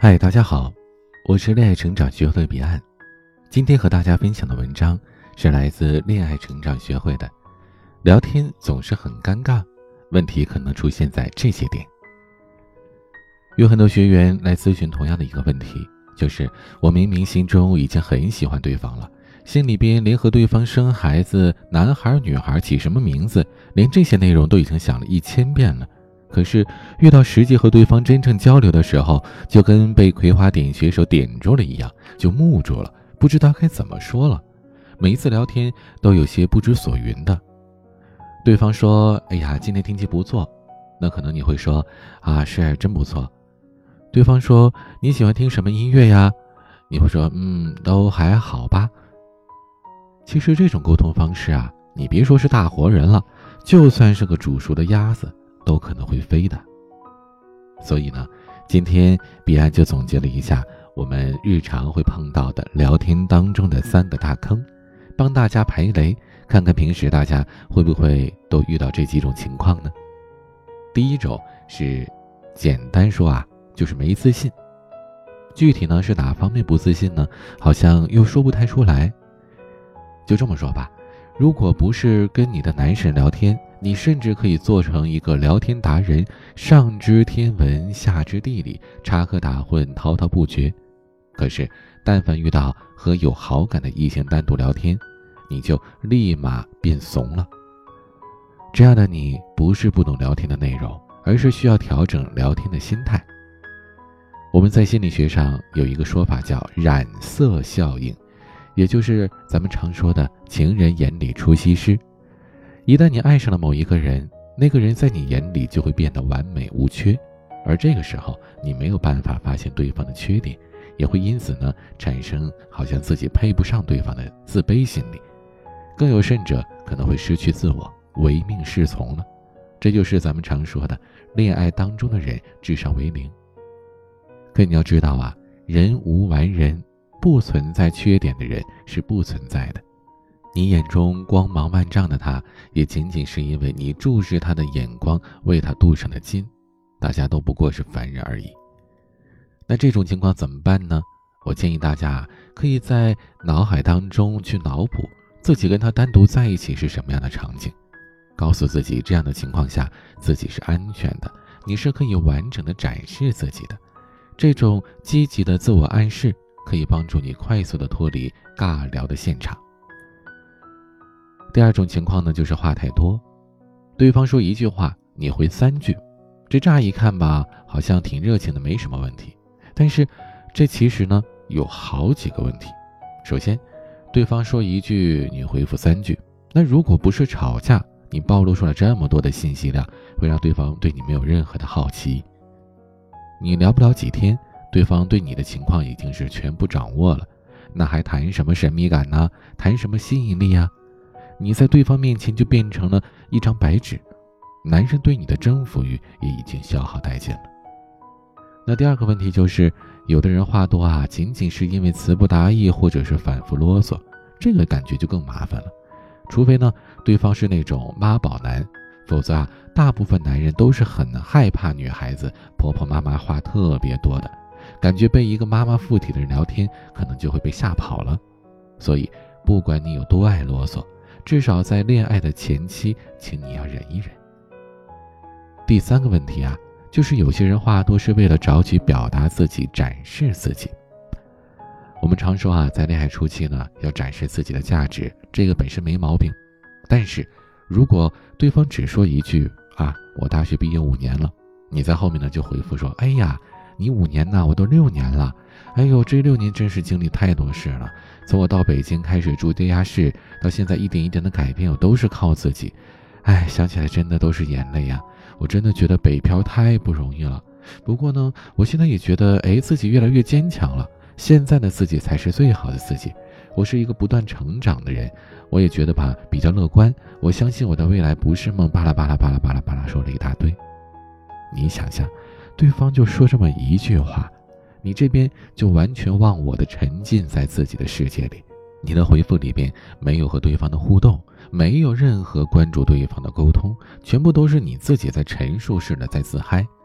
嗨，大家好，我是恋爱成长学会的彼岸。今天和大家分享的文章是来自恋爱成长学会的。聊天总是很尴尬，问题可能出现在这些点。有很多学员来咨询同样的一个问题，就是我明明心中已经很喜欢对方了，心里边连和对方生孩子，男孩女孩起什么名字，连这些内容都已经想了1000遍了。可是遇到实际和对方真正交流的时候，就跟被葵花点穴手点住了一样，就木住了，不知道该怎么说了。每一次聊天都有些不知所云的。对方说，哎呀，今天天气不错，那可能你会说，啊，是真不错。对方说，你喜欢听什么音乐呀？你会说，都还好吧。其实这种沟通方式啊，你别说是大活人了，就算是个煮熟的鸭子都可能会飞的。所以呢，今天彼岸就总结了一下我们日常会碰到的聊天当中的3个大坑，帮大家排雷，看看平时大家会不会都遇到这几种情况呢？第一种是简单说啊，就是没自信。具体呢是哪方面不自信呢？好像又说不太出来。就这么说吧，如果不是跟你的男神聊天，你甚至可以做成一个聊天达人，上知天文下知地理，插科打诨，滔滔不绝。可是但凡遇到和有好感的异性单独聊天，你就立马变怂了。这样的你不是不懂聊天的内容，而是需要调整聊天的心态。我们在心理学上有一个说法叫染色效应，也就是咱们常说的情人眼里出西施。一旦你爱上了某一个人，那个人在你眼里就会变得完美无缺，而这个时候你没有办法发现对方的缺点，也会因此呢产生好像自己配不上对方的自卑心理，更有甚者可能会失去自我，唯命是从了。这就是咱们常说的恋爱当中的人智商为0。可你要知道啊，人无完人，不存在缺点的人是不存在的。你眼中光芒万丈的他，也仅仅是因为你注视他的眼光为他镀上了金，大家都不过是凡人而已。那这种情况怎么办呢？我建议大家可以在脑海当中去脑补自己跟他单独在一起是什么样的场景，告诉自己这样的情况下自己是安全的，你是可以完整的展示自己的。这种积极的自我暗示可以帮助你快速的脱离尬聊的现场。第二种情况呢，就是话太多。对方说一句话，你回3句，这乍一看吧，好像挺热情的，没什么问题。但是这其实呢有好几个问题。首先，对方说一句，你回复3句，那如果不是吵架，你暴露出了这么多的信息量，会让对方对你没有任何的好奇。你聊不了几天，对方对你的情况已经是全部掌握了，那还谈什么神秘感呢？谈什么吸引力啊？你在对方面前就变成了一张白纸，男人对你的征服欲也已经消耗殆尽了。那第二个问题就是，有的人话多啊，仅仅是因为词不达意，或者是反复啰嗦，这个感觉就更麻烦了。除非呢，对方是那种妈宝男，否则啊，大部分男人都是很害怕女孩子婆婆妈妈话特别多的，感觉被一个妈妈附体的人聊天，可能就会被吓跑了。所以，不管你有多爱啰嗦，至少在恋爱的前期，请你要忍一忍。第3个问题啊，就是有些人话多是为了找取表达自己，展示自己。我们常说啊，在恋爱初期呢，要展示自己的价值，这个本身没毛病。但是如果对方只说一句啊，我大学毕业5年了，你在后面呢就回复说，哎呀，你5年呢，我都6年了，哎呦，这6年真是经历太多事了，从我到北京开始住地下室，到现在一点一点的改变，我都是靠自己。哎，想起来真的都是眼泪呀，我真的觉得北漂太不容易了。不过呢，我现在也觉得，自己越来越坚强了，现在的自己才是最好的自己。我是一个不断成长的人，我也觉得吧，比较乐观，我相信我的未来不是梦，巴拉巴拉巴拉巴拉巴拉说了一大堆。你想想，对方就说这么一句话，你这边就完全忘我的沉浸在自己的世界里，你的回复里边没有和对方的互动，没有任何关注对方的沟通，全部都是你自己在陈述式的在自嗨。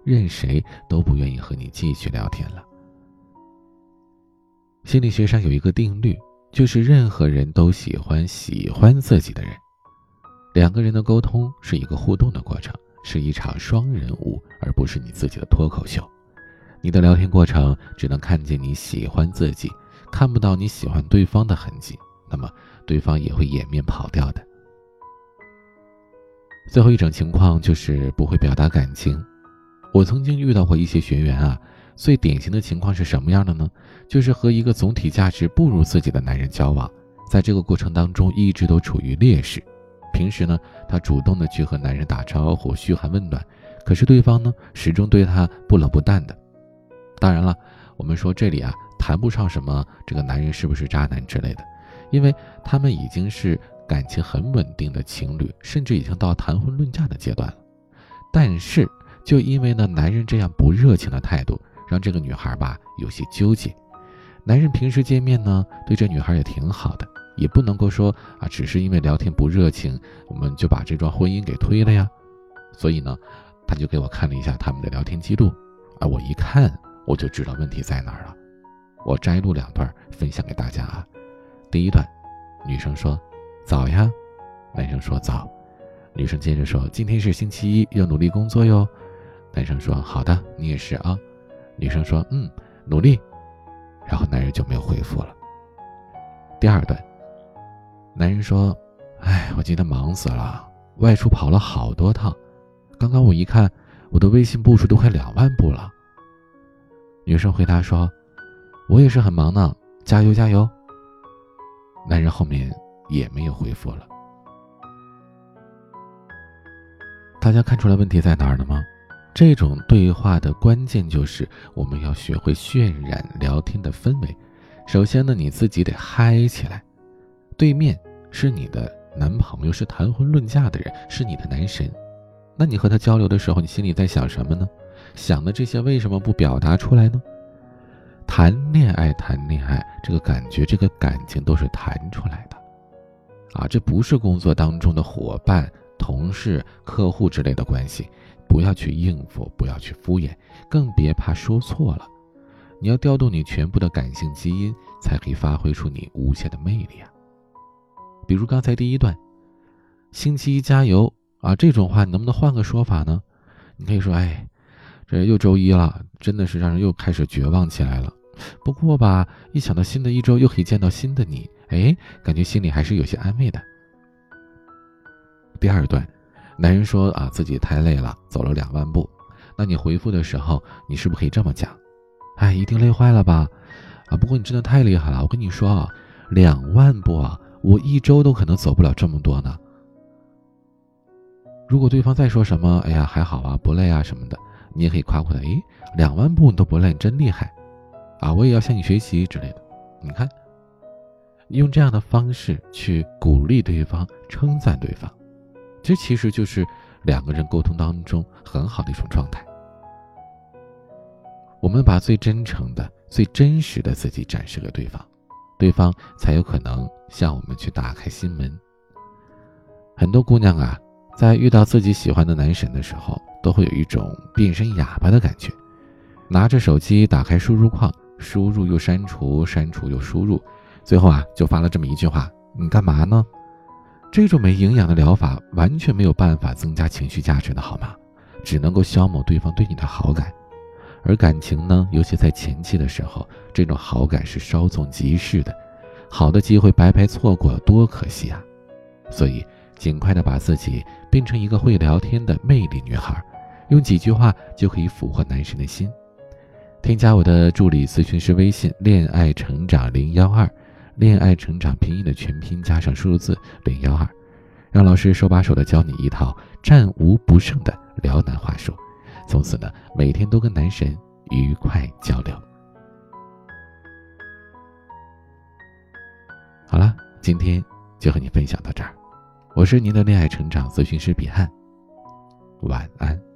任谁都不愿意和你继续聊天了。心理学上有一个定律，就是任何人都喜欢自己的人。两个人的沟通是一个互动的过程，是一场双人舞，而不是你自己的脱口秀。你的聊天过程只能看见你喜欢自己，看不到你喜欢对方的痕迹，那么对方也会掩面跑掉的。最后一种情况就是不会表达感情。我曾经遇到过一些学员啊，最典型的情况是什么样的呢？就是和一个总体价值不如自己的男人交往，在这个过程当中一直都处于劣势。平时呢，他主动的去和男人打招呼，嘘寒问暖，可是对方呢，始终对他不冷不淡的。当然了，我们说这里啊，谈不上什么这个男人是不是渣男之类的，因为他们已经是感情很稳定的情侣，甚至已经到谈婚论嫁的阶段了。但是就因为呢男人这样不热情的态度，让这个女孩吧有些纠结。男人平时见面呢，对这女孩也挺好的，也不能够说啊，只是因为聊天不热情，我们就把这段婚姻给推了呀。所以呢，他就给我看了一下他们的聊天记录，啊，我一看我就知道问题在哪儿了。我摘录2段分享给大家啊。第一段，女生说早呀，男生说早。女生接着说今天是星期一，要努力工作哟。男生说好的，你也是啊。女生说努力。然后男人就没有回复了。第二段，男人说我今天忙死了，外出跑了好多趟，刚刚我一看我的微信步数都快2万步了。女生回答说我也是很忙呢，加油加油。男人后面也没有回复了。大家看出来问题在哪儿了吗？这种对话的关键就是我们要学会渲染聊天的氛围。首先呢，你自己得嗨起来。对面是你的男朋友，是谈婚论嫁的人，是你的男神。那你和他交流的时候，你心里在想什么呢？想的这些为什么不表达出来呢？谈恋爱，这个感觉，这个感情都是谈出来的啊，这不是工作当中的伙伴、同事、客户之类的关系。不要去应付，不要去敷衍，更别怕说错了。你要调动你全部的感性基因，才可以发挥出你无限的魅力啊。比如刚才第一段，星期一加油啊，这种话你能不能换个说法呢？你可以说这又周一了，真的是让人又开始绝望起来了。不过吧，一想到新的一周又可以见到新的你，感觉心里还是有些安慰的。第二段，男人说啊，自己太累了，走了2万步。那你回复的时候，你是不是可以这么讲？一定累坏了吧？不过你真的太厉害了，我跟你说啊，2万步啊，我1周都可能走不了这么多呢。如果对方再说什么，还好啊，不累啊什么的，你也可以夸他，2万步你都不累，你真厉害啊，我也要向你学习之类的。你看，用这样的方式去鼓励对方，称赞对方，这其实就是2个人沟通当中很好的一种状态。我们把最真诚的、最真实的自己展示给对方，对方才有可能向我们去打开心门。很多姑娘啊，在遇到自己喜欢的男神的时候，都会有一种变身哑巴的感觉，拿着手机打开输入框，输入又删除，删除又输入，最后啊就发了这么一句话：你干嘛呢？这种没营养的疗法完全没有办法增加情绪价值的好吗？只能够消磨对方对你的好感。而感情呢，尤其在前期的时候，这种好感是稍纵即逝的，好的机会白白错过，多可惜啊！所以尽快的把自己变成一个会聊天的魅力女孩，用几句话就可以俘获男神的心。添加我的助理咨询师微信恋爱成长012，恋爱成长拼音的全拼加上数字012，让老师手把手的教你一套战无不胜的撩男话术，从此呢，每天都跟男神愉快交流。好了，今天就和你分享到这儿，我是您的恋爱成长咨询师彼岸，晚安。